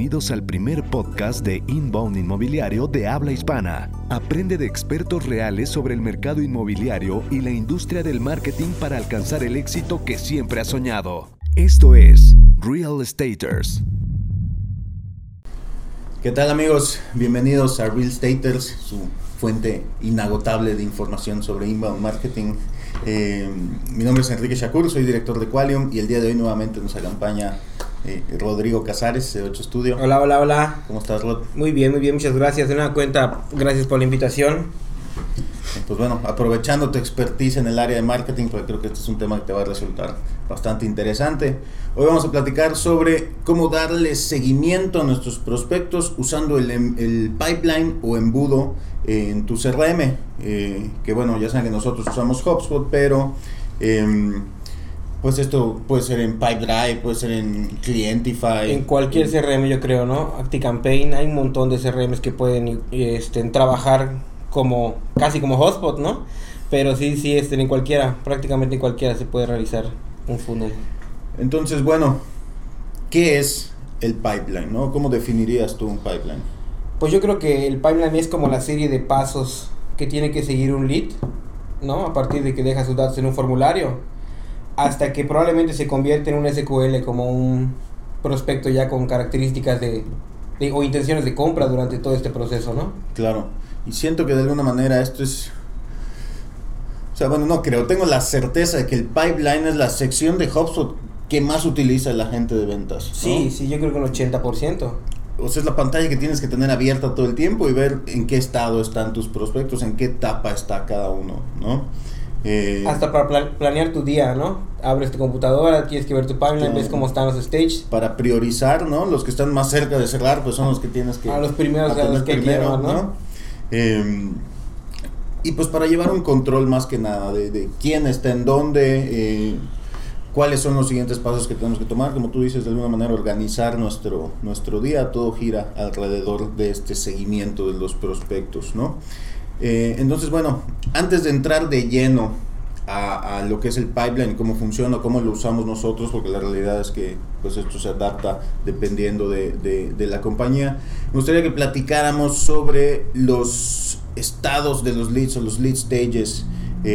Bienvenidos al primer podcast de Inbound Inmobiliario de habla hispana. Aprende de expertos reales sobre el mercado inmobiliario y la industria del marketing para alcanzar el éxito que siempre has soñado. Esto es Real Estaters. ¿Qué tal, amigos? Bienvenidos a Real Estaters, su fuente inagotable de información sobre inbound marketing. Mi nombre es Enrique Shakur, soy director de Qualium y el día de hoy nuevamente nos acompaña Rodrigo Casares de 8 Studio. Hola. ¿Cómo estás, Rod? Muy bien, muchas gracias. De una cuenta, gracias por la invitación. Pues bueno, aprovechando tu expertise en el área de marketing, porque creo que este es un tema que te va a resultar bastante interesante. Hoy vamos a platicar sobre cómo darle seguimiento a nuestros prospectos usando el pipeline o embudo en tu CRM. Que bueno, ya saben que nosotros usamos HubSpot, pero pues esto puede ser en Pipedrive, puede ser en Clientify. En cualquier CRM, yo creo, ¿no? ActiveCampaign, hay un montón de CRMs que pueden trabajar casi como HubSpot, ¿no? Pero sí, en cualquiera, prácticamente en cualquiera se puede realizar un funnel. Entonces, bueno, ¿qué es el pipeline, no? ¿Cómo definirías tú un pipeline? Pues yo creo que el pipeline es como la serie de pasos que tiene que seguir un lead, ¿no? A partir de que deja sus datos en un formulario, hasta que probablemente se convierte en un SQL como un prospecto ya con características o intenciones de compra durante todo este proceso, ¿no? Claro, y siento que de alguna manera esto es... O sea, bueno, no creo, tengo la certeza de que el pipeline es la sección de HubSpot que más utiliza la gente de ventas, ¿no? Sí, yo creo que un 80%. O sea, es la pantalla que tienes que tener abierta todo el tiempo y ver en qué estado están tus prospectos, en qué etapa está cada uno, ¿no? Hasta para planear tu día, ¿no? Abres tu computadora, tienes que ver tu pipeline, ves cómo están los stages. Para priorizar, ¿no? Los que están más cerca de cerrar, pues son los que tienes que... A los primeros a los que primero, ¿no? Y pues para llevar un control más que nada de quién está en dónde, cuáles son los siguientes pasos que tenemos que tomar. Como tú dices, de alguna manera organizar nuestro día, todo gira alrededor de este seguimiento de los prospectos, ¿no? Entonces, bueno, antes de entrar de lleno a lo que es el pipeline, cómo funciona, cómo lo usamos nosotros, porque la realidad es que pues esto se adapta dependiendo de la compañía, me gustaría que platicáramos sobre los estados de los leads o los lead stages,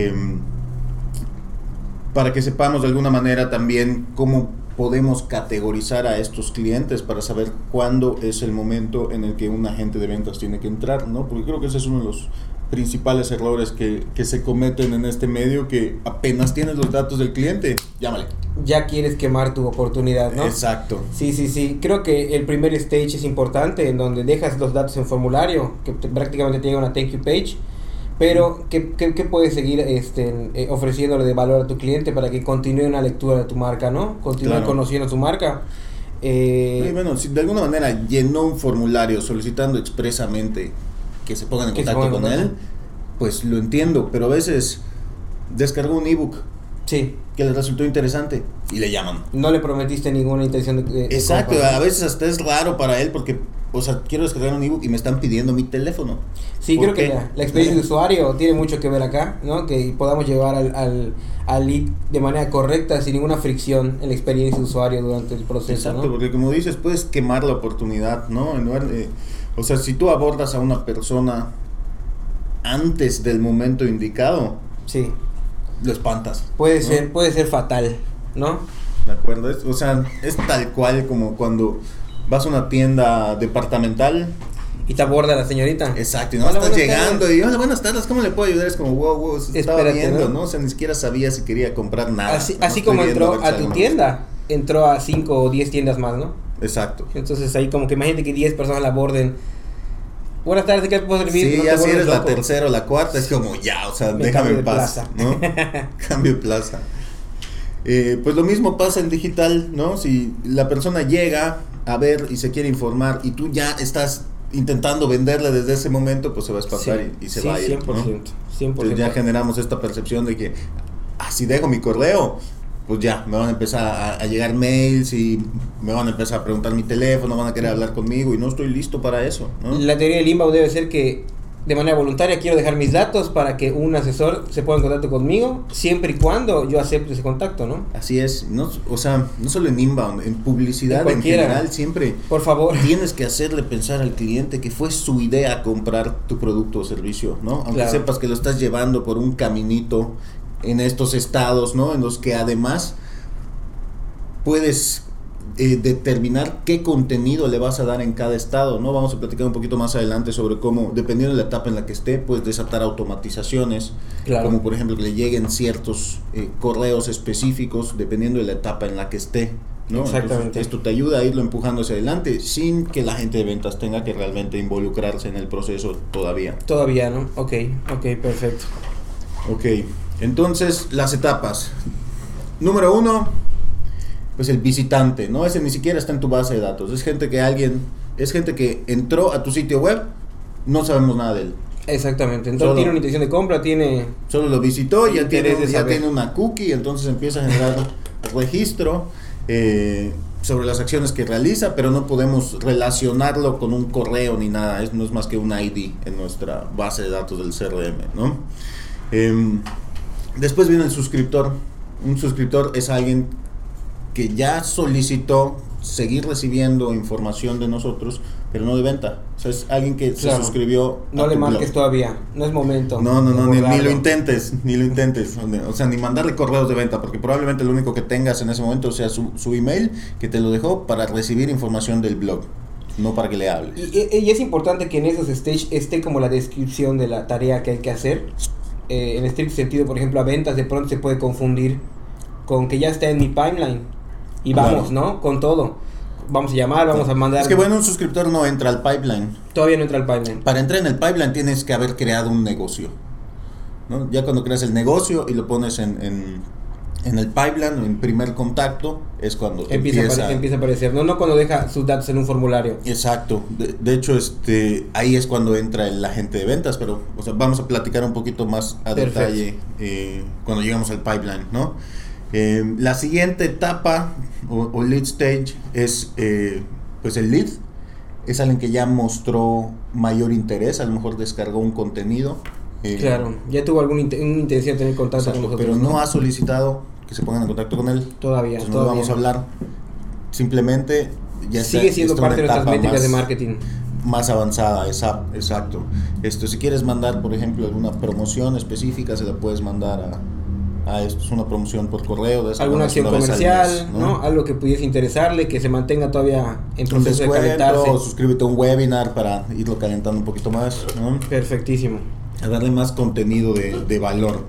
para que sepamos de alguna manera también cómo podemos categorizar a estos clientes para saber cuándo es el momento en el que un agente de ventas tiene que entrar, ¿no? Porque creo que ese es uno de los principales errores que se cometen en este medio, que apenas tienes los datos del cliente, llámale. Ya quieres quemar tu oportunidad, ¿no? Exacto. Sí. Creo que el primer stage es importante, en donde dejas los datos en formulario, que prácticamente te llega una thank you page, pero ¿qué puedes seguir ofreciéndole de valor a tu cliente para que continúe una lectura de tu marca, ¿no? Continúe conociendo tu marca. Y bueno, si de alguna manera llenó un formulario solicitando expresamente que se pongan en contacto con él, pues lo entiendo, pero a veces descargó un ebook que le resultó interesante y le llaman. No le prometiste ninguna intención de exacto, compra, ¿no? A veces hasta es raro para él porque, o sea, quiero descargar un ebook y me están pidiendo mi teléfono. Sí, creo que la experiencia de usuario tiene mucho que ver acá, ¿no? Que podamos llevar al lead de manera correcta, sin ninguna fricción en la experiencia de usuario durante el proceso. Exacto, ¿no? Porque como dices, puedes quemar la oportunidad, ¿no? En lugar de, o sea, si tú abordas a una persona antes del momento indicado, sí, lo espantas. Puede ser fatal, ¿no? De acuerdo, o sea, es tal cual como cuando vas a una tienda departamental y te aborda la señorita. Exacto, y no estás llegando tardes. Y hola, buenas tardes, ¿cómo le puedo ayudar? Es como wow, se estaba viendo, ¿no? O sea, ni siquiera sabía si quería comprar nada. Así como entró a tu tienda, entró a 5 o 10 tiendas más, ¿no? Exacto. Entonces ahí como que imagínate que 10 personas la aborden. Buenas tardes, ¿qué puedo servir? Sí, no ya si eres loco. La tercera o la cuarta, es como ya, o sea, déjame en paz, plaza. ¿No? Cambio de plaza. Pues lo mismo pasa en digital, ¿no? Si la persona llega a ver y se quiere informar y tú ya estás intentando venderle desde ese momento, pues se va a espantar y se va a ir, 100%, ¿no? 100%. Entonces ya generamos esta percepción de que si dejo mi correo, pues ya me van a empezar a llegar mails y me van a empezar a preguntar mi teléfono, van a querer hablar conmigo y no estoy listo para eso, ¿no? La teoría del inbound debe ser que de manera voluntaria quiero dejar mis datos para que un asesor se ponga en contacto conmigo, siempre y cuando yo acepte ese contacto, ¿no? Así es, no, o sea, no solo en inbound, en publicidad en general, siempre por favor tienes que hacerle pensar al cliente que fue su idea comprar tu producto o servicio, ¿no? Aunque claro. sepas que lo estás llevando por un caminito en estos estados, ¿no? En los que además puedes determinar qué contenido le vas a dar en cada estado, ¿no? Vamos a platicar un poquito más adelante sobre cómo, dependiendo de la etapa en la que esté, puedes desatar automatizaciones, claro. como por ejemplo que le lleguen ciertos correos específicos dependiendo de la etapa en la que esté, ¿no? Exactamente. Entonces, esto te ayuda a irlo empujando hacia adelante sin que la gente de ventas tenga que realmente involucrarse en el proceso todavía. Todavía, ¿no? Ok, perfecto. Ok, entonces las etapas. Número 1, pues el visitante, ¿no? Ese ni siquiera está en tu base de datos. Es gente que entró a tu sitio web, no sabemos nada de él. Exactamente, entonces tiene una intención de compra, solo lo visitó, ya tiene saber. una cookie, entonces empieza a generar registro sobre las acciones que realiza, pero no podemos relacionarlo con un correo ni nada. No es más que un ID en nuestra base de datos del CRM, ¿no? Después viene el suscriptor. Un suscriptor es alguien que ya solicitó seguir recibiendo información de nosotros, pero no de venta. O sea, es alguien que claro. se suscribió. No le marques todavía, no es momento. No, ni lo intentes. O sea, ni mandarle correos de venta, porque probablemente lo único que tengas en ese momento sea su email, que te lo dejó para recibir información del blog, no para que le hables. Y es importante que en esos stage esté como la descripción de la tarea que hay que hacer. En estricto sentido, por ejemplo, a ventas de pronto se puede confundir con que ya está en mi pipeline. Y vamos, claro. ¿No? Con todo. Vamos a llamar, vamos a mandar. Es que bueno, un suscriptor no entra al pipeline. Todavía no entra al pipeline. Para entrar en el pipeline tienes que haber creado un negocio, ¿no? Ya cuando creas el negocio y lo pones en el pipeline, en primer contacto, es cuando empieza a aparecer. No cuando deja sus datos en un formulario. Exacto. De hecho, ahí es cuando entra el agente de ventas, pero o sea, vamos a platicar un poquito más a Perfecto. Detalle cuando llegamos al pipeline, ¿no? La siguiente etapa o lead stage es pues el lead. Es alguien que ya mostró mayor interés, a lo mejor descargó un contenido. Claro, ya tuvo alguna intención de tener contacto con nosotros. Pero no ha solicitado que se pongan en contacto con él. Todavía. No vamos a hablar. Simplemente ya sigue siendo parte de nuestras métricas de marketing. Más avanzada, exacto. Si quieres mandar, por ejemplo, alguna promoción específica, se la puedes mandar esto es una promoción por correo. Alguna acción comercial, mes, ¿no? Algo que pudiese interesarle, que se mantenga todavía en proceso de calentarse. O suscríbete a un webinar para irlo calentando un poquito más, ¿no? Perfectísimo. A darle más contenido de valor.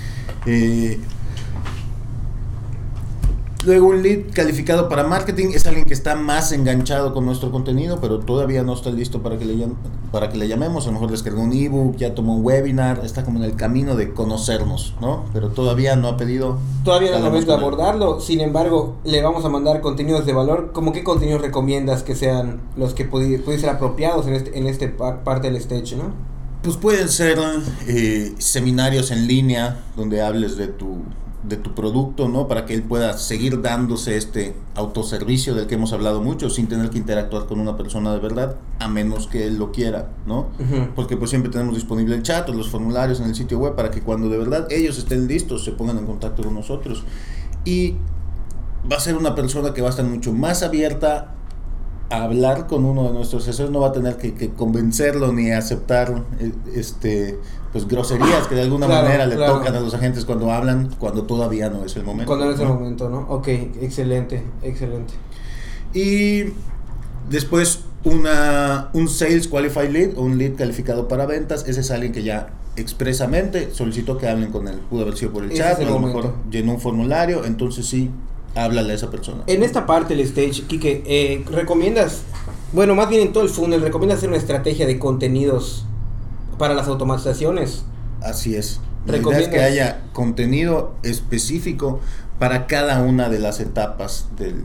Luego un lead calificado para marketing es alguien que está más enganchado con nuestro contenido, pero todavía no está listo para que le llamemos. A lo mejor descargó un ebook, ya tomó un webinar, está como en el camino de conocernos, ¿no? Pero todavía no ha pedido. Todavía no es momento de abordarlo. Sin embargo, le vamos a mandar contenidos de valor. ¿Cómo qué contenidos recomiendas que sean los que pueden ser apropiados en este parte del stage, ¿no? Pues pueden ser seminarios en línea donde hables de tu producto, ¿no? Para que él pueda seguir dándose este autoservicio del que hemos hablado mucho, sin tener que interactuar con una persona de verdad, a menos que él lo quiera, ¿no? Uh-huh. Porque pues siempre tenemos disponible el chat o los formularios en el sitio web para que cuando de verdad ellos estén listos se pongan en contacto con nosotros. Y va a ser una persona que va a estar mucho más abierta a hablar con uno de nuestros asesores, no va a tener que convencerlo ni aceptar pues groserías que de alguna manera le tocan a los agentes cuando hablan, cuando todavía no es el momento. Cuando no es el momento, ¿no? Ok, excelente. Y después un Sales Qualified Lead o un lead calificado para ventas. Ese es alguien que ya expresamente solicitó que hablen con él. Pudo haber sido por el chat, a lo mejor llenó un formulario, entonces sí, háblale a esa persona. En esta parte del stage, Quique, ¿recomiendas, bueno, más bien en todo el funnel, recomiendas hacer una estrategia de contenidos para las automatizaciones? Así es. La idea es que haya contenido específico para cada una de las etapas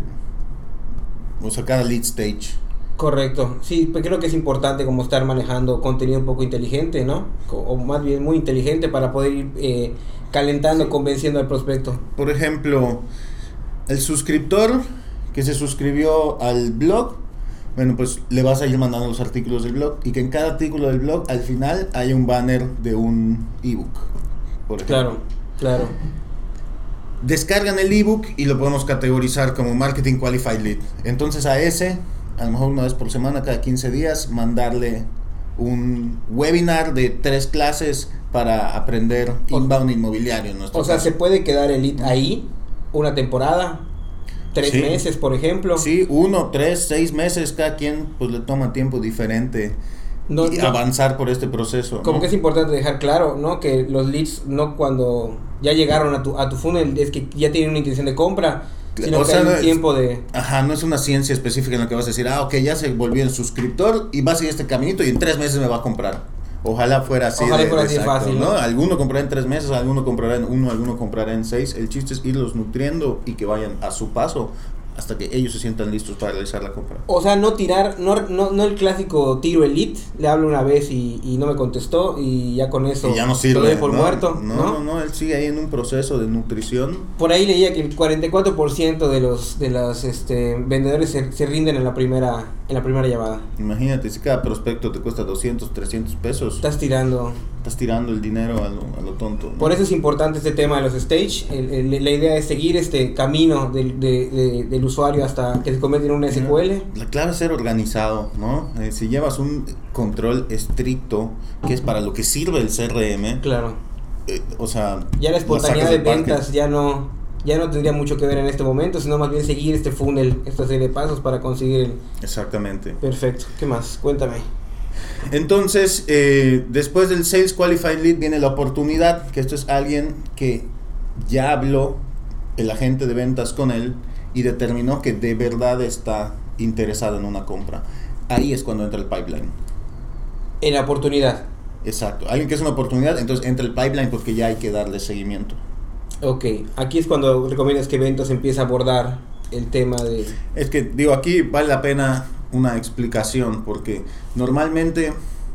cada lead stage. Correcto, sí, pues creo que es importante como estar manejando contenido un poco inteligente, ¿no? O más bien muy inteligente para poder ir calentando, sí, convenciendo al prospecto. Por ejemplo, el suscriptor que se suscribió al blog Bueno, pues le vas a ir mandando los artículos del blog y que en cada artículo del blog al final haya un banner de un ebook, por ejemplo. Claro. Descargan el ebook y lo podemos categorizar como Marketing Qualified Lead. Entonces a ese, a lo mejor una vez por semana, cada 15 días, mandarle un webinar de 3 clases para aprender inbound inmobiliario. En nuestro caso. ¿Se puede quedar el lead ahí una temporada? 3 meses, por ejemplo. Sí, 1, 3, 6 meses, cada quien pues le toma tiempo diferente y avanzar por este proceso. Como que es importante dejar claro, ¿no? Que los leads no cuando ya llegaron a tu funnel es que ya tienen una intención de compra, sino que hay un tiempo de... Ajá, no es una ciencia específica en la que vas a decir, ok, ya se volvió el suscriptor y va a seguir este caminito y en 3 meses me va a comprar. Ojalá fuera así de fácil, ¿no? Alguno comprará en 3 meses, alguno comprará en 1, alguno comprará en 6. El chiste es irlos nutriendo y que vayan a su paso hasta que ellos se sientan listos para realizar la compra. No tirar, no el clásico tiro el lead, le hablo una vez y no me contestó y ya con eso y ya no sirve, lo doy por muerto. No, él sigue ahí en un proceso de nutrición. Por ahí leía que el 44% de los vendedores se rinden en la primera llamada. Imagínate, si cada prospecto te cuesta 200, 300 pesos. Estás tirando el dinero a lo tonto, ¿no? Por eso es importante este tema de los stage. La idea es seguir este camino del usuario hasta que se convierte en una SQL. La clave es ser organizado, ¿no? Si llevas un control estricto, que es para lo que sirve el CRM. Claro. Ya la espontaneidad de ventas ya no tendría mucho que ver en este momento, sino más bien seguir este funnel, esta serie de pasos para conseguir Exactamente. Perfecto. ¿Qué más? Cuéntame. Entonces, después del Sales Qualified Lead viene la oportunidad, que esto es alguien que ya habló el agente de ventas con él y determinó que de verdad está interesado en una compra. Ahí es cuando entra el pipeline. En la oportunidad. Exacto. Alguien que es una oportunidad, entonces entra el pipeline porque ya hay que darle seguimiento. Ok. Aquí es cuando recomiendas que ventas empiece a abordar el tema de... Es que, aquí vale la pena una explicación, porque normalmente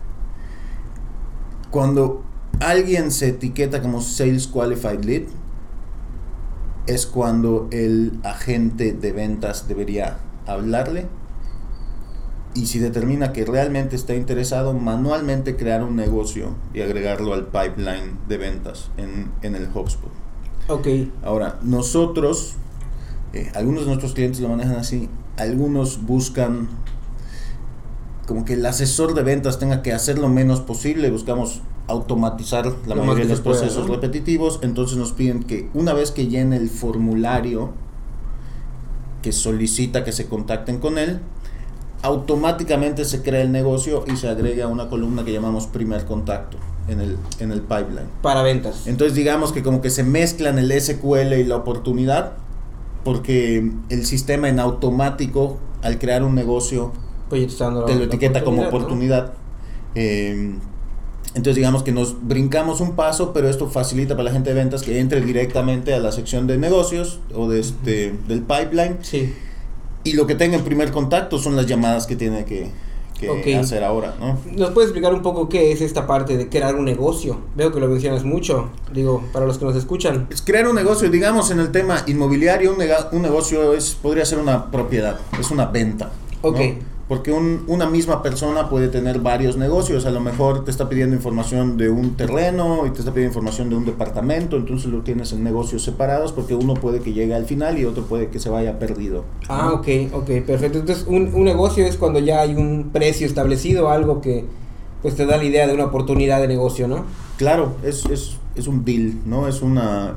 cuando alguien se etiqueta como Sales Qualified Lead, es cuando el agente de ventas debería hablarle y si determina que realmente está interesado, manualmente crear un negocio y agregarlo al pipeline de ventas en el HubSpot. Ok. Ahora, nosotros, algunos de nuestros clientes lo manejan así, algunos buscan como que el asesor de ventas tenga que hacer lo menos posible, buscamos automatizar la mayoría de los procesos repetitivos, entonces nos piden que una vez que llene el formulario que solicita que se contacten con él, automáticamente se crea el negocio y se agrega una columna que llamamos primer contacto en el pipeline. Para ventas. Entonces digamos que como que se mezclan el SQL y la oportunidad, porque el sistema en automático al crear un negocio te lo etiqueta como oportunidad, ¿no? Entonces digamos que nos brincamos un paso, pero esto facilita para la gente de ventas que entre directamente a la sección de negocios o del pipeline. Sí. Y lo que tenga en primer contacto son las llamadas que tiene que hacer ahora, ¿no? ¿Nos puedes explicar un poco qué es esta parte de crear un negocio? Veo que lo mencionas mucho, para los que nos escuchan. Es crear un negocio, digamos en el tema inmobiliario, un negocio podría ser una propiedad, es una venta, ¿no? Ok. Porque una misma persona puede tener varios negocios, a lo mejor te está pidiendo información de un terreno y te está pidiendo información de un departamento, entonces lo tienes en negocios separados porque uno puede que llegue al final y otro puede que se vaya perdido, ¿no? Ah, ok, perfecto. Entonces un negocio es cuando ya hay un precio establecido, algo que pues te da la idea de una oportunidad de negocio, ¿no? Claro, es un deal, ¿no? Es una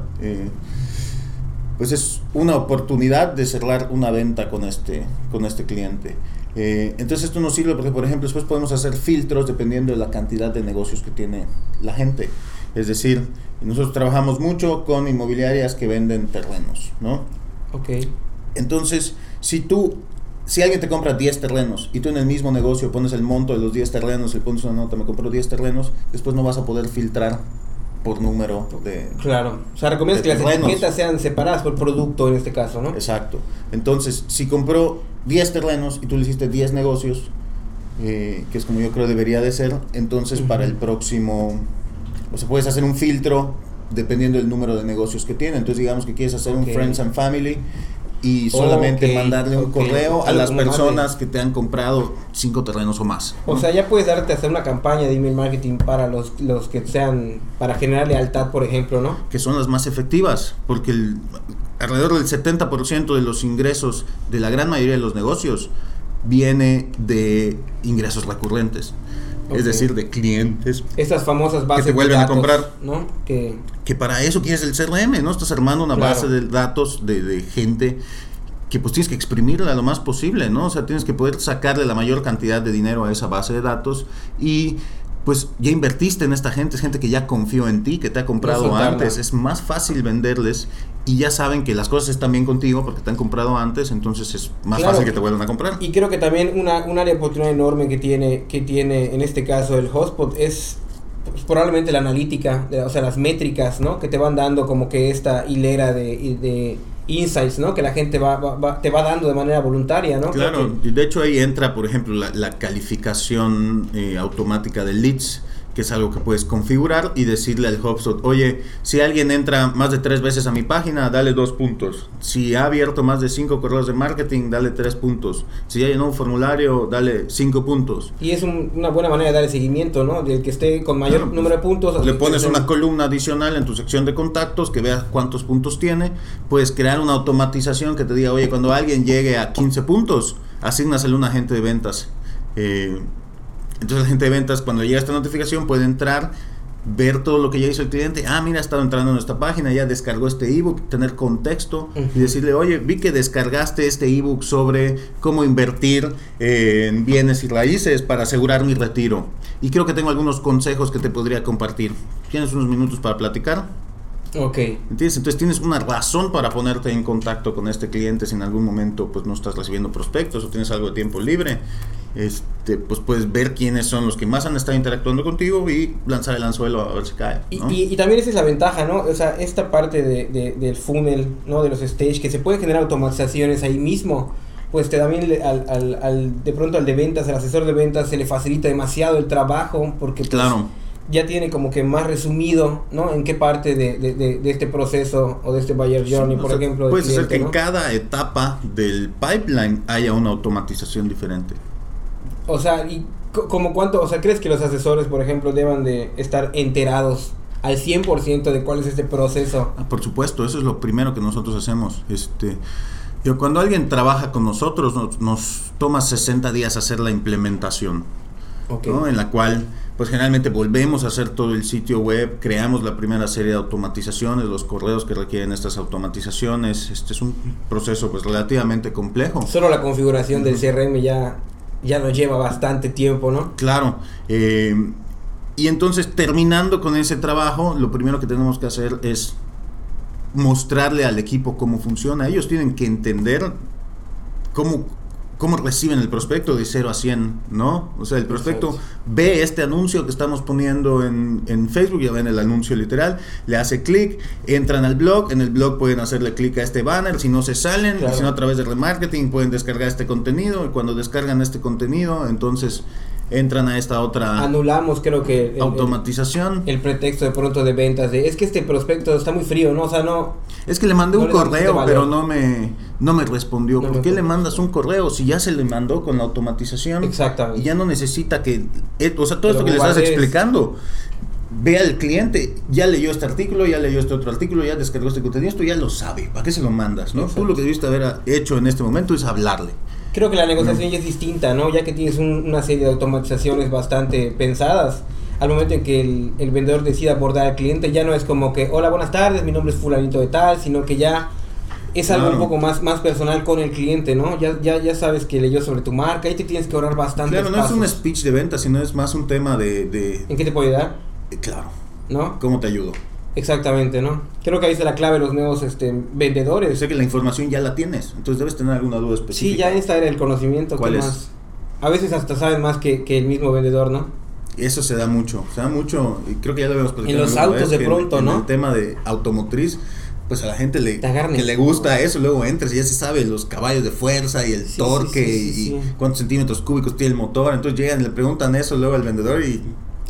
es una oportunidad de cerrar una venta con este cliente. Entonces esto nos sirve porque, por ejemplo, después podemos hacer filtros dependiendo de la cantidad de negocios que tiene la gente. Es decir, nosotros trabajamos mucho con inmobiliarias que venden terrenos, ¿no? Ok. Entonces, si alguien te compra 10 terrenos y tú en el mismo negocio pones el monto de los 10 terrenos y pones una nota, me compró 10 terrenos, después no vas a poder filtrar por número de... Claro, recomiendas que las etiquetas sean separadas por producto en este caso, ¿no? Exacto. Entonces, si compró 10 terrenos y tú le hiciste 10 negocios, que es como yo creo debería de ser, entonces para el próximo, puedes hacer un filtro dependiendo del número de negocios que tiene. Entonces digamos que quieres hacer un Friends and Family y solamente mandarle un correo a las como personas que te han comprado 5 terrenos o más, ¿no? O sea, ya puedes darte a hacer una campaña de email marketing para los que sean, para generar lealtad, por ejemplo, ¿no? Que son las más efectivas, porque alrededor del 70% de los ingresos de la gran mayoría de los negocios viene de ingresos recurrentes. Okay. Es decir, de clientes. Estas famosas bases que te vuelven de datos, a comprar, ¿no? Que para eso quieres el CRM, ¿no? Estás armando una base de datos de gente que pues tienes que exprimirla lo más posible, ¿no? O sea, tienes que poder sacarle la mayor cantidad de dinero a esa base de datos y pues ya invertiste en esta gente, es gente que ya confió en ti, que te ha comprado antes, es más fácil venderles y ya saben que las cosas están bien contigo porque te han comprado antes, entonces es más fácil que te vuelvan a comprar. Y creo que también un área de oportunidad enorme que tiene en este caso el hotspot es pues, probablemente la analítica, o sea, las métricas, ¿no? Que te van dando como que esta hilera de insights, ¿no? Que la gente te va dando de manera voluntaria, ¿no? Claro, y de hecho ahí entra, por ejemplo, la calificación automática de leads, que es algo que puedes configurar y decirle al HubSpot, oye, si alguien entra más de 3 veces a mi página, dale 2 puntos. Si ha abierto más de 5 correos de marketing, dale 3 puntos. Si ya llenó un formulario, dale 5 puntos. Y es una buena manera de darle seguimiento, ¿no? Del que esté con mayor número de puntos. Le pones una columna adicional en tu sección de contactos que vea cuántos puntos tiene. Puedes crear una automatización que te diga, oye, cuando alguien llegue a 15 puntos, asígnasele un agente de ventas. Entonces la gente de ventas, cuando llega esta notificación, puede entrar, ver todo lo que ya hizo el cliente. Mira, ha estado entrando en nuestra página, ya descargó este ebook, tener contexto y decirle, oye, vi que descargaste este ebook sobre cómo invertir en bienes y raíces para asegurar mi retiro. Y creo que tengo algunos consejos que te podría compartir. ¿Tienes unos minutos para platicar? Ok. ¿Entiendes? Entonces tienes una razón para ponerte en contacto con este cliente si en algún momento pues no estás recibiendo prospectos o tienes algo de tiempo libre. Pues puedes ver quiénes son los que más han estado interactuando contigo y lanzar el anzuelo a ver si cae, ¿no? Y también esa es la ventaja, ¿no? O sea, esta parte del funnel, ¿no? De los stage, que se puede generar automatizaciones ahí mismo, pues también de pronto al de ventas, al asesor de ventas se le facilita demasiado el trabajo porque pues, claro, ya tiene como que más resumido, ¿no? En qué parte de este proceso o de este buyer journey, por ejemplo. Puede ser que ¿no? en cada etapa del pipeline haya una automatización diferente. O sea, ¿y como cuánto? O sea, ¿crees que los asesores, por ejemplo, deban de estar enterados al 100% de cuál es este proceso? Por supuesto, eso es lo primero que nosotros hacemos. Cuando alguien trabaja con nosotros, nos toma 60 días hacer la implementación, okay, ¿no? En la cual, pues generalmente volvemos a hacer todo el sitio web, creamos la primera serie de automatizaciones, los correos que requieren estas automatizaciones. Es un proceso pues relativamente complejo. Solo la configuración del CRM ya nos lleva bastante tiempo, ¿no? Claro. Y entonces, terminando con ese trabajo, lo primero que tenemos que hacer es mostrarle al equipo cómo funciona. Ellos tienen que entender cómo reciben el prospecto de 0 a 100, ¿no? O sea, el prospecto ve este anuncio que estamos poniendo en Facebook, ya ven el anuncio literal, le hace clic, entran al blog, en el blog pueden hacerle clic a este banner, si no se salen, claro, si no a través de remarketing pueden descargar este contenido, y cuando descargan este contenido, entonces entran a esta otra anulamos, creo que automatización, el pretexto de pronto de ventas es que este prospecto está muy frío, ¿no? O sea, no, es que le mandé un correo pero no me respondió. ¿Por qué le mandas un correo si ya se le mandó con la automatización? Exactamente. Y ya no necesita que, o sea, todo esto que le estás explicando, ve al cliente, ya leyó este artículo, ya leyó este otro artículo, ya descargó este contenido, esto ya lo sabe, ¿para qué se lo mandas, no? Tú lo que debiste haber hecho en este momento es hablarle. Creo que la negociación ya es distinta, ¿no? Ya que tienes una serie de automatizaciones bastante pensadas, al momento en que el vendedor decida abordar al cliente, ya no es como que, hola, buenas tardes, mi nombre es fulanito de tal, sino que ya es algo un poco más personal con el cliente, ¿no? Ya sabes que leyó sobre tu marca, ahí te tienes que ahorrar bastante. Claro, no es un speech de venta, sino es más un tema de ¿en qué te puedo ayudar? Claro. ¿No? ¿Cómo te ayudo? Exactamente, ¿no? Creo que ahí está la clave de los nuevos vendedores. Sé que la información ya la tienes, entonces debes tener alguna duda específica. Sí, ya esta era el conocimiento. ¿Cuál es? Más? A veces hasta saben más que el mismo vendedor, ¿no? Eso se da mucho, y creo que ya lo habíamos platicado. En los autos de pronto, ¿no? En el tema de automotriz, pues a la gente que le gusta eso, luego entras y ya se sabe los caballos de fuerza y el torque y cuántos centímetros cúbicos tiene el motor, entonces llegan y le preguntan eso luego al vendedor y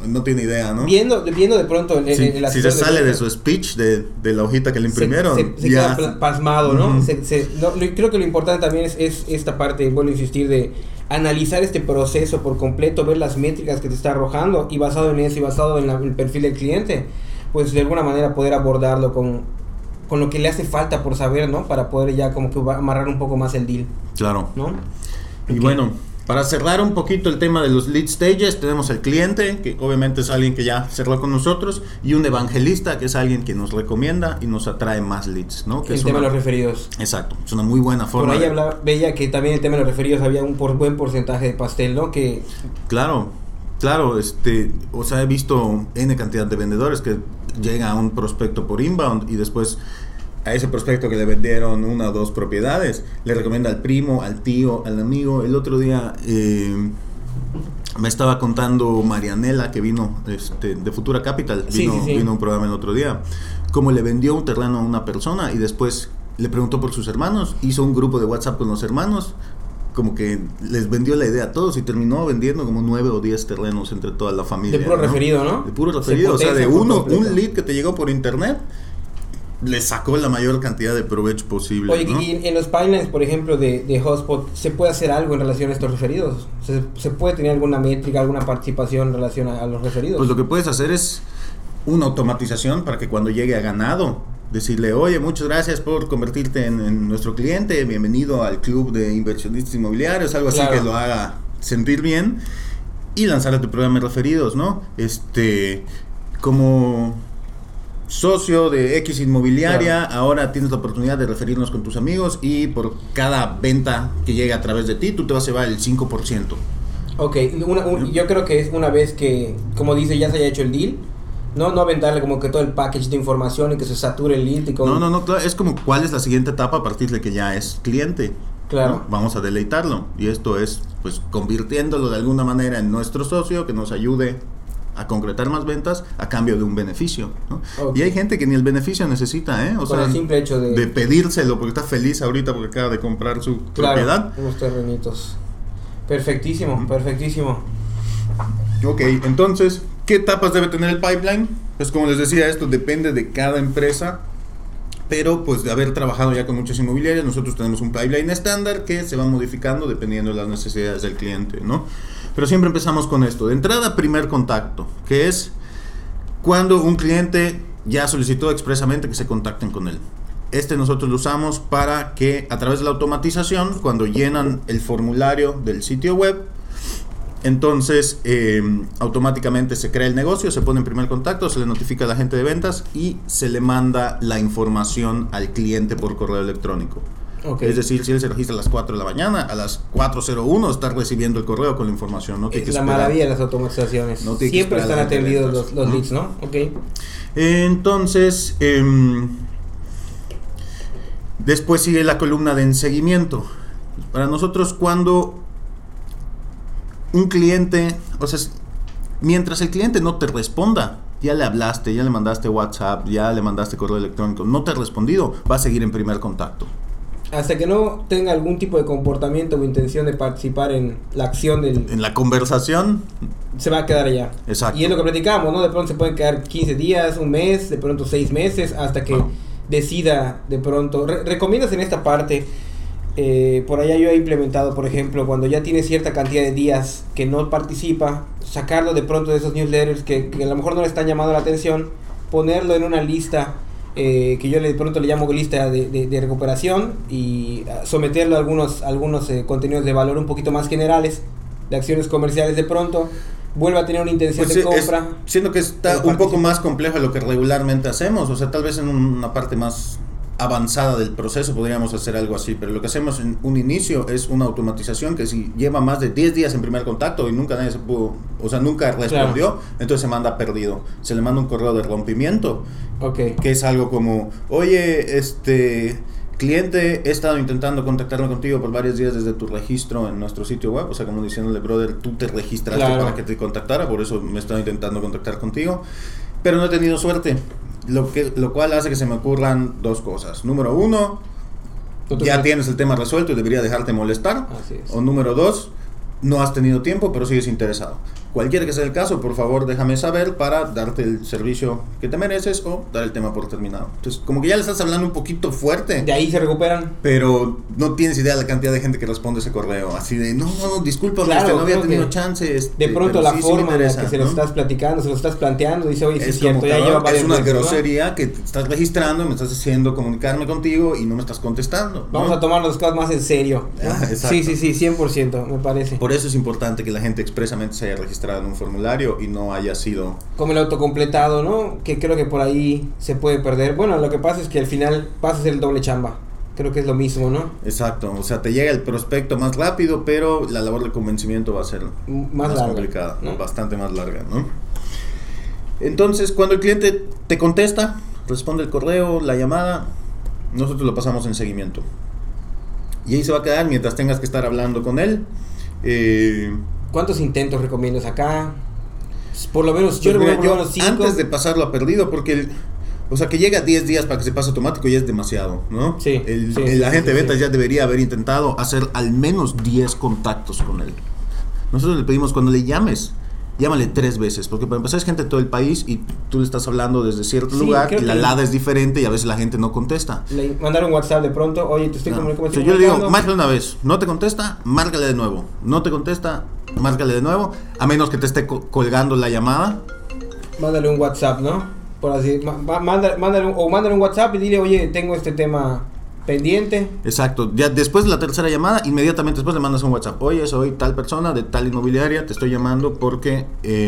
no tiene idea, ¿no? Viendo de pronto el si se sale de su speech, de la hojita que le imprimieron, se queda pasmado, ¿no? Creo que lo importante también es esta parte, vuelvo a insistir, de analizar este proceso por completo, ver las métricas que te está arrojando, y basado en eso y basado en el perfil del cliente, pues de alguna manera poder abordarlo con lo que le hace falta por saber, ¿no? Para poder ya como que amarrar un poco más el deal. Claro. ¿No? Y bueno, para cerrar un poquito el tema de los lead stages, tenemos el cliente, que obviamente es alguien que ya cerró con nosotros, y un evangelista, que es alguien que nos recomienda y nos atrae más leads, ¿no? Que el tema de los referidos. Exacto, es una muy buena forma. Por ahí veía que también el tema de los referidos había un buen porcentaje de pastel, ¿no? Que Claro, o sea, he visto N cantidad de vendedores que llega a un prospecto por inbound y después a ese prospecto que le vendieron 1 o 2 propiedades, le recomienda al primo, al tío, al amigo. El otro día me estaba contando Marianela, que vino de Futura Capital, vino a un programa el otro día, cómo le vendió un terreno a una persona y después le preguntó por sus hermanos, hizo un grupo de WhatsApp con los hermanos, como que les vendió la idea a todos y terminó vendiendo como 9 o 10 terrenos entre toda la familia. De puro referido, ¿no? De puro referido, o sea, de un lead que te llegó por internet, le sacó la mayor cantidad de provecho posible. Oye, ¿no? y en los pipelines, por ejemplo, de Hotspot, ¿se puede hacer algo en relación a estos referidos? ¿Se puede tener alguna métrica, alguna participación en relación a los referidos? Pues lo que puedes hacer es una automatización para que cuando llegue a ganado, decirle, oye, muchas gracias por convertirte en nuestro cliente, bienvenido al club de inversionistas inmobiliarios, algo así que lo haga sentir bien, y lanzarle tu programa de referidos, ¿no? Como socio de X inmobiliaria, ahora tienes la oportunidad de referirnos con tus amigos y por cada venta que llegue a través de ti, tú te vas a llevar el 5%. Ok, yo creo que es una vez que, como dice, ya se haya hecho el deal, no aventarle como que todo el package de información y que se sature el lead. No, claro, es como cuál es la siguiente etapa a partir de que ya es cliente. Claro. ¿No? Vamos a deleitarlo, y esto es pues convirtiéndolo de alguna manera en nuestro socio que nos ayude a concretar más ventas a cambio de un beneficio, ¿no? Okay. Y hay gente que ni el beneficio necesita, o con sea, el simple hecho de pedírselo porque está feliz ahorita porque acaba de comprar su propiedad. Unos terrenitos. Perfectísimo, perfectísimo. Ok, entonces, ¿qué etapas debe tener el pipeline? Pues como les decía, esto depende de cada empresa, pero pues de haber trabajado ya con muchas inmobiliarias, nosotros tenemos un pipeline estándar que se va modificando dependiendo de las necesidades del cliente, ¿no? Pero siempre empezamos con esto. De entrada, primer contacto, que es cuando un cliente ya solicitó expresamente que se contacten con él. Nosotros lo usamos para que a través de la automatización, cuando llenan el formulario del sitio web, entonces automáticamente se crea el negocio, se pone en primer contacto, se le notifica a la gente de ventas y se le manda la información al cliente por correo electrónico. Okay. Es decir, si él se registra a las 4 de la mañana, a las 4:01 está recibiendo el correo con la información. No es la maravilla de las automatizaciones. No siempre están atendidos los leads, ¿no? Okay. Entonces, después sigue la columna de seguimiento. Para nosotros, cuando un cliente, o sea, mientras el cliente no te responda, ya le hablaste, ya le mandaste WhatsApp, ya le mandaste correo electrónico, no te ha respondido, va a seguir en primer contacto. Hasta que no tenga algún tipo de comportamiento o intención de participar en la acción en la conversación, se va a quedar allá. Exacto. Y es lo que platicamos, ¿no? De pronto se pueden quedar 15 días, un mes, de pronto 6 meses, hasta que decida de pronto. ¿Recomiendas en esta parte? Por allá yo he implementado, por ejemplo, cuando ya tiene cierta cantidad de días que no participa, sacarlo de pronto de esos newsletters que a lo mejor no le están llamando la atención, ponerlo en una lista que yo de pronto le llamo lista de recuperación y someterlo a algunos contenidos de valor un poquito más generales, de acciones comerciales de pronto, vuelve a tener una intención de compra. Siendo que está un poco más complejo de lo que regularmente hacemos, o sea, tal vez en una parte más avanzada del proceso podríamos hacer algo así, pero lo que hacemos en un inicio es una automatización que si lleva más de 10 días en primer contacto y nunca nadie se pudo, o sea, nunca respondió, entonces se manda perdido, se le manda un correo de rompimiento, que es algo como, oye, cliente, he estado intentando contactarme contigo por varios días desde tu registro en nuestro sitio web, o sea, como diciéndole, brother, tú te registraste para que te contactara, por eso me he estado intentando contactar contigo, pero no he tenido suerte. Lo cual hace que se me ocurran 2 cosas. Número 1, ya tienes el tema resuelto y debería dejarte molestar. O número 2, no has tenido tiempo, pero sigues interesado. Cualquiera que sea el caso, por favor, déjame saber para darte el servicio que te mereces o dar el tema por terminado. Entonces, como que ya le estás hablando un poquito fuerte. De ahí se recuperan. Pero no tienes idea de la cantidad de gente que responde ese correo. Así de, no, disculpa, Claro, no había tenido que chance. De pronto la sí, forma me interesa, en la que se lo ¿no? estás platicando, se lo estás planteando, dice, oye, sí es como, cierto, ya cabrón, lleva varias es una veces, ¿no? grosería que te estás registrando, me estás haciendo comunicarme contigo y no me estás contestando, ¿no? Vamos a tomar las cosas más en serio, ¿no? Exacto. Sí, 100%, me parece. Por eso es importante que la gente expresamente se haya registrado en un formulario y no haya sido... Como el autocompletado, ¿no? Que creo que por ahí se puede perder. Bueno, lo que pasa es que al final vas a hacer el doble chamba. Creo que es lo mismo, ¿no? Exacto, o sea, te llega el prospecto más rápido, pero la labor de convencimiento va a ser más larga, complicada, ¿no? Bastante más larga, ¿no? Entonces, cuando el cliente te contesta, responde el correo, la llamada, nosotros lo pasamos en seguimiento. Y ahí se va a quedar mientras tengas que estar hablando con él. ¿Cuántos intentos recomiendas acá? Por lo menos, yo Pues mira, recomiendo 5. antes de pasarlo a perdido, porque o sea, que llega a 10 días para que se pase automático ya es demasiado, ¿no? Sí, el agente de ventas ya debería haber intentado hacer al menos 10 contactos con él. Nosotros le pedimos, cuando le llames, llámale 3 veces, porque para empezar es gente de todo el país y tú le estás hablando desde cierto lugar y la alada es diferente y a veces la gente no contesta. Le mandaron WhatsApp de pronto, oye, te estoy comunicando. Yo le digo, márcale una vez, no te contesta, márcale de nuevo, no te contesta, márcale de nuevo, a menos que te esté colgando la llamada. Mándale un WhatsApp, ¿no? Por así, mándale un WhatsApp y dile, oye, tengo este tema pendiente. Exacto, ya después de la tercera llamada, inmediatamente después le mandas un WhatsApp. Oye, soy tal persona de tal inmobiliaria, te estoy llamando porque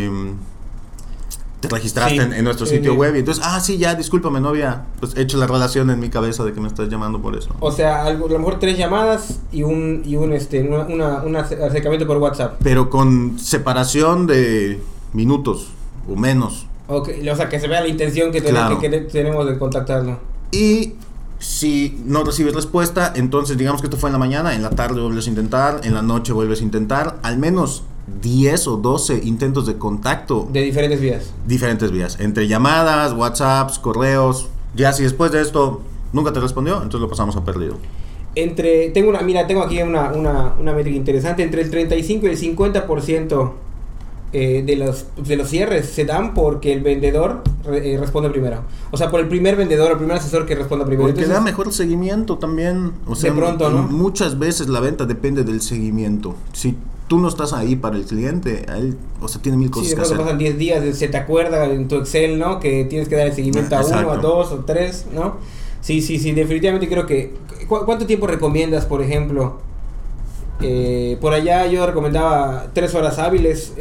te registraste en nuestro sitio web. Y entonces, sí, ya, discúlpame, no había pues hecho la relación en mi cabeza de que me estás llamando por eso. O sea, a lo mejor 3 llamadas y un acercamiento por WhatsApp. Pero con separación de minutos o menos. Okay, o sea, que se vea la intención que tenemos de contactarlo. Y si no recibes respuesta, entonces digamos que esto fue en la mañana, en la tarde vuelves a intentar, en la noche vuelves a intentar, al menos 10 o 12 intentos de contacto. De diferentes vías. Diferentes vías, entre llamadas, WhatsApps, correos. Ya si después de esto nunca te respondió, entonces lo pasamos a perdido. Tengo aquí una métrica interesante, entre el 35 y el 50% de los cierres se dan porque el vendedor responde primero. O sea, por el primer vendedor, el primer asesor que responda primero. Porque da mejor seguimiento también. O sea, de pronto, ¿no? Muchas veces la venta depende del seguimiento. Si tú no estás ahí para el cliente, él, o sea, tiene mil cosas que hacer. Pasan 10 días, se te acuerda en tu Excel, ¿no? Que tienes que dar el seguimiento a 1, a 2 o 3, ¿no? Sí, definitivamente creo que... ¿Cuánto tiempo recomiendas, por ejemplo? Por allá yo recomendaba 3 horas hábiles,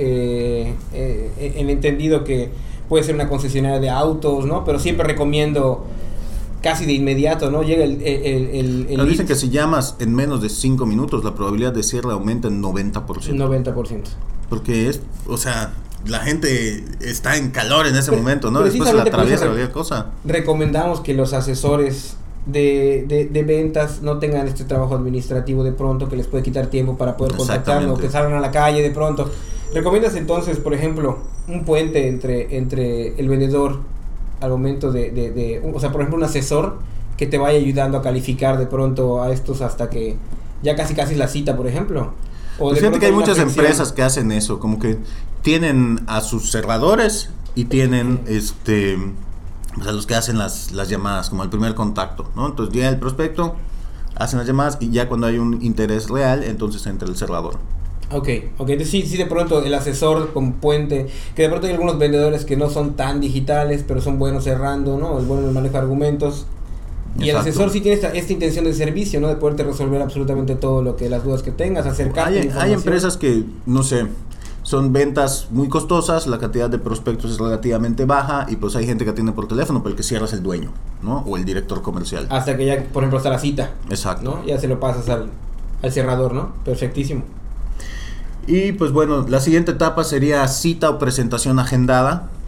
en entendido que puede ser una concesionaria de autos, ¿no? Pero siempre recomiendo casi de inmediato, ¿no? Llega el Pero dicen que si llamas en menos de 5 minutos, la probabilidad de cierre aumenta en 90%. 90%. Porque o sea, la gente está en calor en ese momento, ¿no? Después se la atraviesa cualquier cosa. Recomendamos que los asesores de ventas no tengan este trabajo administrativo de pronto que les puede quitar tiempo para poder contactarlo, que salgan a la calle de pronto. ¿Recomiendas entonces, por ejemplo, un puente entre el vendedor al momento o sea, por ejemplo, un asesor que te vaya ayudando a calificar de pronto a estos hasta que ya casi la cita, por ejemplo? O pues fíjate que hay muchas empresas que hacen eso, como que tienen a sus cerradores y tienen o sea, los que hacen las llamadas, como el primer contacto, ¿no? Entonces llega el prospecto, hacen las llamadas y ya cuando hay un interés real, entonces entra el cerrador. Ok, entonces sí de pronto el asesor con puente, que de pronto hay algunos vendedores que no son tan digitales, pero son buenos cerrando, ¿no? Es bueno en el manejo de argumentos. Y el asesor sí tiene esta intención de servicio, ¿no? De poderte resolver absolutamente todo las dudas que tengas, acercarte. Hay empresas que, no sé, son ventas muy costosas, la cantidad de prospectos es relativamente baja y pues hay gente que atiende por teléfono, pero el que cierra es el dueño, ¿no? O el director comercial. Hasta que ya, por ejemplo, está la cita. Exacto. ¿No? Ya se lo pasas al cerrador, ¿no? Perfectísimo. Y pues bueno, la siguiente etapa sería cita o presentación agendada,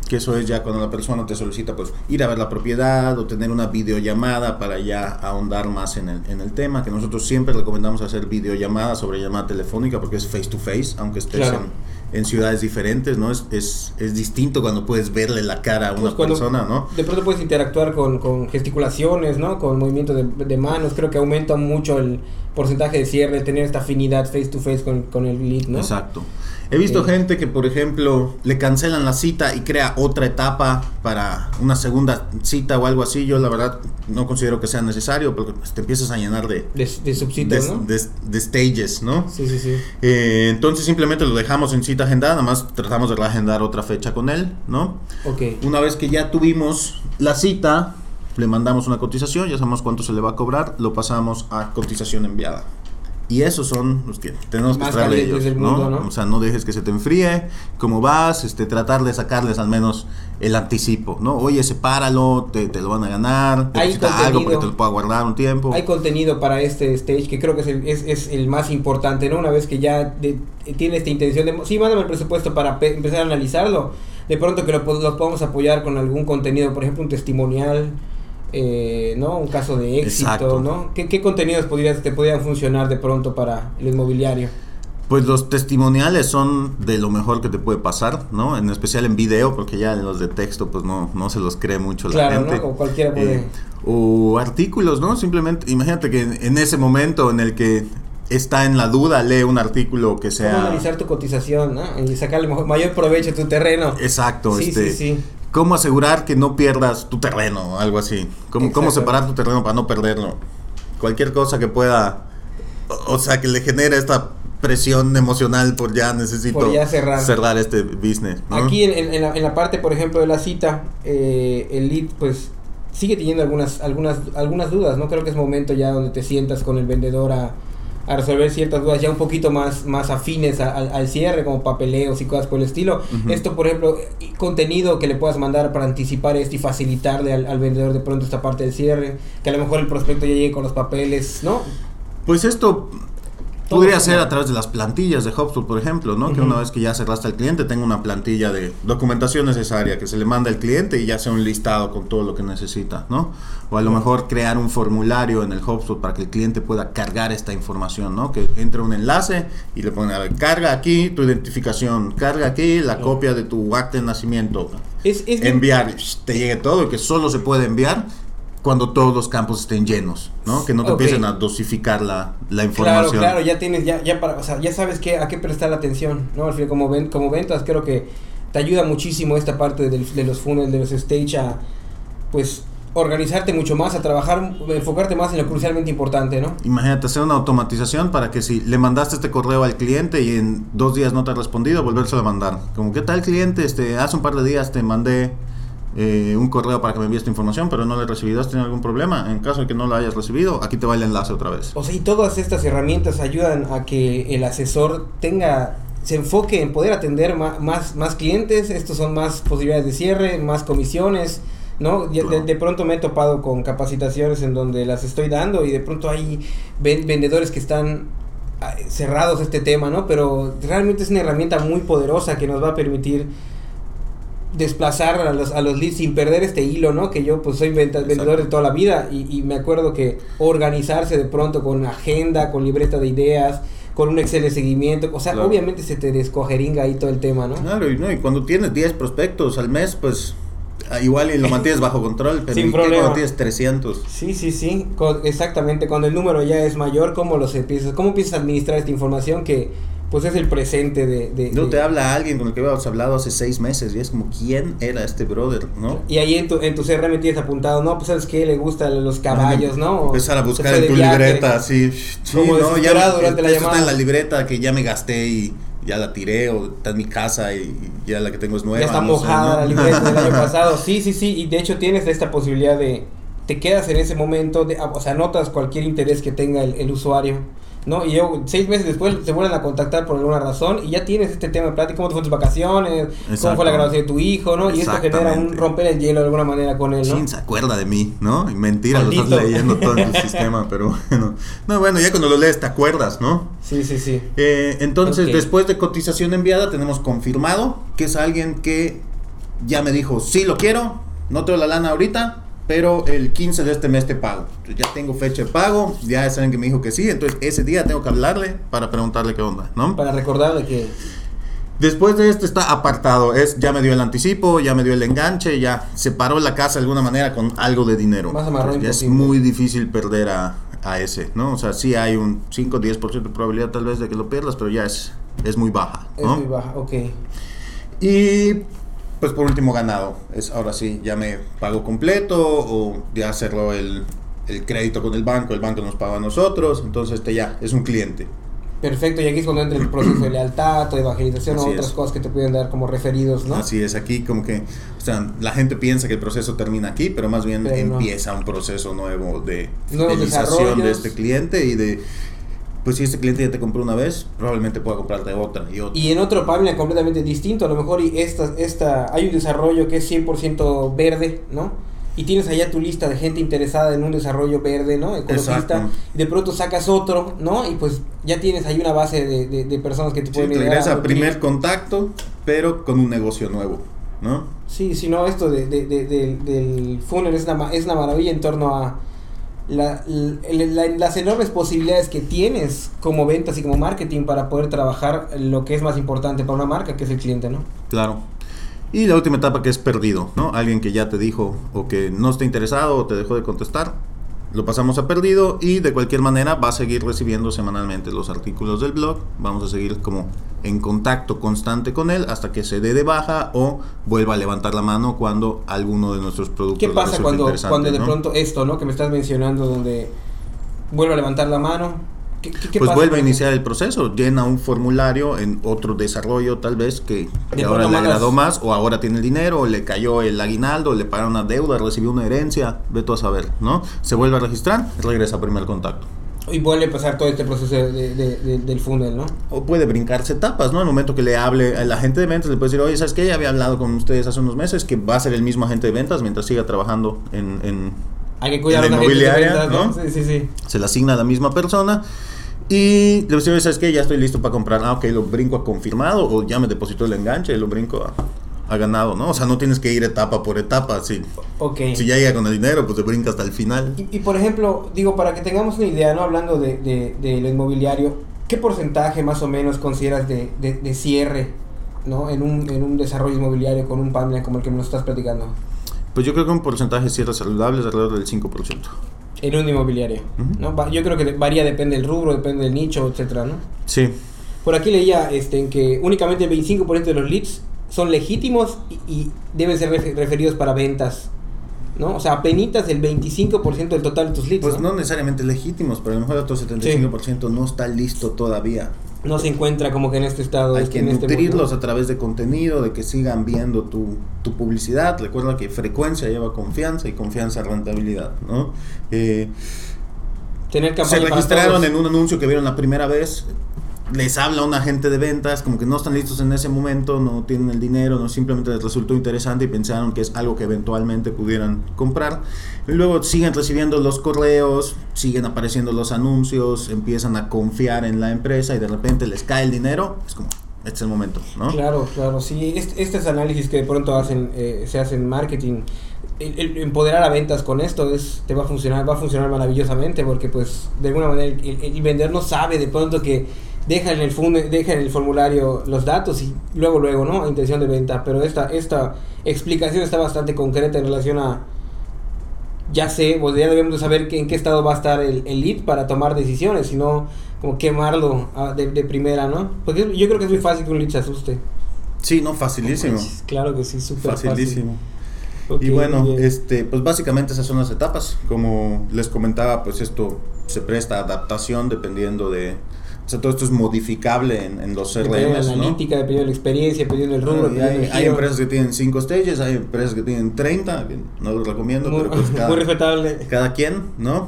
que eso es ya cuando la persona te solicita pues ir a ver la propiedad o tener una videollamada para ya ahondar más en el tema, que nosotros siempre recomendamos hacer videollamada sobre llamada telefónica porque es face to face, aunque estés Claro. en ciudades diferentes, ¿no? Es distinto cuando puedes verle la cara a una Pues cuando persona, ¿no? De pronto puedes interactuar con gesticulaciones, ¿no? Con movimiento de manos. Creo que aumenta mucho el porcentaje de cierre, tener esta afinidad face to face con el lead, ¿no? Exacto. He visto gente que, por ejemplo, le cancelan la cita y crea otra etapa para una segunda cita o algo así. Yo la verdad no considero que sea necesario porque pues, te empiezas a llenar de subsitos, ¿no? de stages, ¿no? Sí, sí, sí. Entonces simplemente lo dejamos en cita agendada, nada más tratamos de reagendar otra fecha con él, ¿no? Ok. Una vez que ya tuvimos la cita, le mandamos una cotización, ya sabemos cuánto se le va a cobrar, lo pasamos a cotización enviada. Y esos son los que tenemos que Más extraer de calientes ellos, del ¿no? mundo, ¿no? O sea, no dejes que se te enfríe, cómo vas, tratar de sacarles al menos el anticipo, ¿no? Oye, sepáralo, te lo van a ganar, te Hay necesita algo porque contenido. te lo pueda guardar un tiempo. Hay contenido para este stage que creo que es el más importante, ¿no? Una vez que ya tiene esta intención de... Sí, mándame el presupuesto para empezar a analizarlo. De pronto que lo podamos apoyar con algún contenido, por ejemplo, un testimonial, ¿no? Un caso de éxito, Exacto. ¿no? ¿Qué contenidos te podrían funcionar de pronto para el inmobiliario? Pues los testimoniales son de lo mejor que te puede pasar, ¿no? En especial en video, porque ya en los de texto pues no se los cree mucho la Claro, gente. ¿no? O cualquiera puede... O artículos, ¿no? Simplemente, imagínate que en ese momento en el que está en la duda, lee un artículo que sea... ¿Cómo analizar tu cotización, ¿no? Y sacarle mayor provecho a tu terreno. Exacto, Sí, sí, sí. ¿Cómo asegurar que no pierdas tu terreno o algo así? ¿Cómo separar tu terreno para no perderlo? Cualquier cosa que pueda... O sea, que le genere esta presión emocional por ya necesito Por ya cerrar este business, ¿no? Aquí en la parte, por ejemplo, de la cita, el lead pues sigue teniendo algunas dudas, ¿no? Creo que es momento ya donde te sientas con el vendedor a resolver ciertas dudas ya un poquito más afines al cierre, como papeleos y cosas por el estilo. Uh-huh. Esto, por ejemplo, contenido que le puedas mandar para anticipar esto y facilitarle al vendedor de pronto esta parte del cierre, que a lo mejor el prospecto ya llegue con los papeles, ¿no? Pues esto Todo podría eso, ser ¿no? a través de las plantillas de HubSpot, por ejemplo, ¿no? Uh-huh. Que una vez que ya cerraste al cliente, tenga una plantilla de documentación necesaria que se le manda al cliente y ya sea un listado con todo lo que necesita, ¿no? O a lo mejor crear un formulario en el HubSpot para que el cliente pueda cargar esta información, ¿no? Que entre un enlace y le ponen, a ver, carga aquí tu identificación, carga aquí la copia de tu acta de nacimiento, enviar, te llegue todo y que solo se puede enviar cuando todos los campos estén llenos, ¿no? Que no te empiecen a dosificar la información. Claro, ya tienes, o sea, ya sabes a qué prestar atención, ¿no? Al final, como ventas, creo que te ayuda muchísimo esta parte de los funnels, de los stage a, pues, organizarte mucho más, a trabajar, enfocarte más en lo crucialmente importante, ¿no? Imagínate hacer una automatización para que si le mandaste este correo al cliente y en 2 días no te ha respondido, volvérselo a mandar. Como, ¿qué tal, cliente? Hace un par de días te mandé un correo para que me envíes tu información, pero no lo he recibido. ¿Has tenido algún problema? En caso de que no lo hayas recibido, aquí te va el enlace otra vez. O sea, y todas estas herramientas ayudan a que el asesor se enfoque en poder atender más clientes. Estos son más posibilidades de cierre, más comisiones, ¿no? Claro. De pronto me he topado con capacitaciones en donde las estoy dando y de pronto hay vendedores que están cerrados a este tema, ¿no? Pero realmente es una herramienta muy poderosa que nos va a permitir desplazar a los leads sin perder este hilo, ¿no? Que yo pues soy vendedor de toda la vida y me acuerdo que organizarse de pronto con agenda, con libreta de ideas, con un Excel de seguimiento, o sea, claro. Obviamente se te descuajeringa ahí todo el tema, ¿no? Claro, y cuando tienes 10 prospectos al mes, pues igual y lo mantienes bajo control, pero Sin ¿y qué problema. cuando tienes 300? Sí, exactamente, cuando el número ya es mayor, ¿cómo empiezas a administrar esta información que pues es el presente No te habla alguien con el que habíamos hablado hace 6 meses y es como, ¿quién era este brother? ¿No? Y ahí en tu CRM tienes apuntado, no, pues sabes qué, le gustan los caballos, ¿no? Empezar a buscar Se fue en de tu viaje. libreta, sí, Como no, desesperado durante la esto llamada. está en la libreta que ya me gasté y ya la tiré, o está en mi casa y ya la que tengo es nueva. Ya está no sé, mojada ¿no? la libreta del año pasado. Sí, y de hecho tienes esta posibilidad te quedas en ese momento, o sea, anotas cualquier interés que tenga el usuario, ¿no? Y 6 meses después se vuelven a contactar por alguna razón y ya tienes este tema de plática, cómo te fueron tus vacaciones, cómo fue la graduación de tu hijo, ¿no? Y esto genera un romper el hielo de alguna manera con él, ¿no? Sí, se acuerda de mí, ¿no? Y mentira, lo Maldito. estás leyendo todo en tu sistema, pero bueno. No, bueno, ya cuando lo lees te acuerdas, ¿no? Sí. Entonces, Ok. después de cotización enviada, tenemos confirmado que es alguien que ya me dijo, sí lo quiero, no tengo la lana ahorita, pero el 15 de este mes te pago. Entonces ya tengo fecha de pago, ya saben que me dijo que sí, entonces ese día tengo que hablarle para preguntarle qué onda, ¿no? Para recordarle que... Después de esto está apartado, ya me dio el anticipo, ya me dio el enganche, ya separó la casa de alguna manera con algo de dinero. Más amarrado ya es muy difícil perder a ese, ¿no? O sea, sí hay un 5-10% de probabilidad tal vez de que lo pierdas, pero ya es muy baja, ¿no? Es muy baja, ok. Y pues por último ganado, ahora sí, ya me pago completo o ya cerró el crédito con el banco nos paga a nosotros, entonces ya es un cliente. Perfecto, y aquí es cuando entra el proceso de lealtad o evangelización Así o otras cosas que te pueden dar como referidos, ¿no? Así es, aquí como que, o sea, la gente piensa que el proceso termina aquí, pero más bien empieza un proceso nuevo de fidelización de este cliente y de, pues si este cliente ya te compró una vez, probablemente pueda comprarte otra y otra. Y en otro pipeline completamente distinto, a lo mejor hay un desarrollo que es 100% verde, ¿no? Y tienes allá tu lista de gente interesada en un desarrollo verde, ¿no? Ecologista. Y de pronto sacas otro, ¿no? Y pues ya tienes ahí una base de personas que te pueden ayudar. Regresa a primer contacto, pero con un negocio nuevo, ¿no? Sí, si no, esto del funnel es una maravilla en torno a las enormes posibilidades que tienes como ventas y como marketing para poder trabajar lo que es más importante para una marca, que es el cliente, ¿no? Claro. Y la última etapa que es perdido, ¿no? Alguien que ya te dijo o que no está interesado o te dejó de contestar, lo pasamos a perdido y de cualquier manera va a seguir recibiendo semanalmente los artículos del blog. Vamos a seguir como en contacto constante con él hasta que se dé de baja o vuelva a levantar la mano cuando alguno de nuestros productos. ¿Qué pasa cuando de pronto esto, ¿no? Que me estás mencionando, donde vuelve a levantar la mano? ¿Qué pues pasa? Vuelve a iniciar el proceso, llena un formulario en otro desarrollo tal vez que ahora le agradó más, o ahora tiene el dinero, o le cayó el aguinaldo, le pagaron una deuda, recibió una herencia, ve tú a saber, ¿no? Se vuelve a registrar, regresa a primer contacto. Y vuelve a pasar todo este proceso del funnel, ¿no? O puede brincarse etapas, ¿no? En el momento que le hable al agente de ventas, le puede decir, oye, ¿sabes qué? Ya había hablado con ustedes hace unos meses que va a ser el mismo agente de ventas mientras siga trabajando hay que cuidar en la inmobiliaria, ¿no? Sí. Se le asigna a la misma persona. Y le decía, ¿sabes qué? Ya estoy listo para comprar. Ok, lo brinco a confirmado, o ya me depositó el enganche y lo brinco a ganado, ¿no? O sea, no tienes que ir etapa por etapa. Si ya llega con el dinero, pues te brinca hasta el final. Y por ejemplo, digo, para que tengamos una idea, ¿no? Hablando de lo inmobiliario, ¿qué porcentaje más o menos consideras de cierre, ¿no? En un desarrollo inmobiliario con un pipeline como el que me lo estás platicando? Pues yo creo que un porcentaje de cierre saludable es alrededor del 5%. En un inmobiliario, ¿no? Yo creo que varía, depende del rubro, depende del nicho, etcétera, ¿no? Sí. Por aquí leía en que únicamente el 25% de los leads son legítimos y deben ser referidos para ventas, ¿no? O sea, apenitas el 25% del total de tus leads. Pues no necesariamente legítimos, pero a lo mejor otro 75% no está listo todavía. No se encuentra como que en este estado. Hay que nutrirlos a través de contenido, de que sigan viendo tu publicidad. Recuerda que frecuencia lleva confianza y confianza rentabilidad, ¿no? Tener campaña. Se registraron en un anuncio que vieron la primera vez, les habla un agente de ventas, como que no están listos en ese momento, no tienen el dinero, no, simplemente les resultó interesante y pensaron que es algo que eventualmente pudieran comprar. Y luego siguen recibiendo los correos, siguen apareciendo los anuncios, empiezan a confiar en la empresa y de repente les cae el dinero. Es como, este es el momento, ¿no? Claro, sí. Estos análisis que de pronto se hacen en marketing, el empoderar a ventas con esto va a funcionar maravillosamente, porque pues de alguna manera el vendedor no sabe de pronto que deja en el formulario los datos y luego, ¿no? Intención de venta, pero esta explicación está bastante concreta en relación a, ya debemos de saber en qué estado va a estar el lead para tomar decisiones, sino como quemarlo de primera, ¿no? Porque yo creo que es muy fácil que un lead se asuste. Sí, no, facilísimo. Claro que sí, súper facilísimo. Fácil. Okay, y bueno, pues básicamente esas son las etapas. Como les comentaba, pues esto se presta a adaptación dependiendo de... O sea, todo esto es modificable en los CRMs, dependiendo de la analítica, dependiendo de la experiencia, dependiendo del rubro. Hay empresas que tienen 5 stages, hay empresas que tienen 30, que no los recomiendo, pero pues muy respetable. Cada quien, ¿no?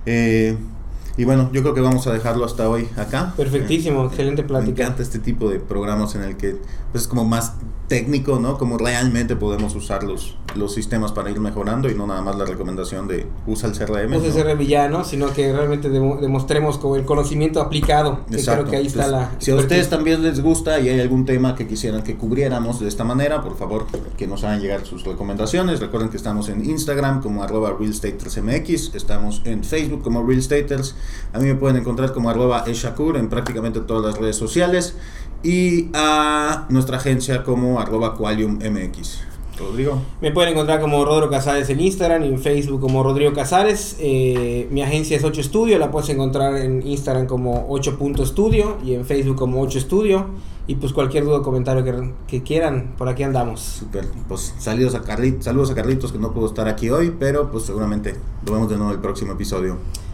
Y bueno, yo creo que vamos a dejarlo hasta hoy acá. Perfectísimo, excelente plática. Me encanta este tipo de programas en el que pues, es como más técnico, ¿no? Como realmente podemos usar los los sistemas para ir mejorando y no nada más la recomendación de usa el CRM. Usa el CRM ya, ¿no? Sino que realmente demostremos con el conocimiento aplicado. Que Exacto. Creo que ahí está la... Si a ustedes también les gusta y hay algún tema que quisieran que cubriéramos de esta manera, por favor que nos hagan llegar sus recomendaciones. Recuerden que estamos en Instagram como @realstaters.mx, estamos en Facebook como realstaters, a mí me pueden encontrar como @eshakur en prácticamente todas las redes sociales y a nuestra agencia como @qualiummx. Rodrigo. Me pueden encontrar como Rodrigo Casares en Instagram y en Facebook como Rodrigo Casares. Mi agencia es 8 Studio, la puedes encontrar en Instagram como 8.studio y en Facebook como 8 Studio. Y pues cualquier duda o comentario que quieran, por aquí andamos. Super, pues saludos a Carlitos que no pudo estar aquí hoy, pero pues seguramente lo vemos de nuevo el próximo episodio.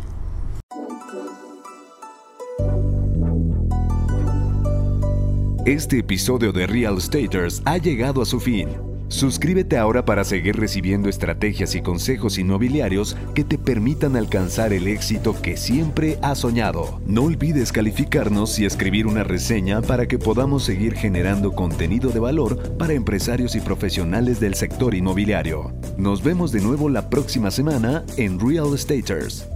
Este episodio de Real Staters ha llegado a su fin. Suscríbete ahora para seguir recibiendo estrategias y consejos inmobiliarios que te permitan alcanzar el éxito que siempre has soñado. No olvides calificarnos y escribir una reseña para que podamos seguir generando contenido de valor para empresarios y profesionales del sector inmobiliario. Nos vemos de nuevo la próxima semana en Real Staters.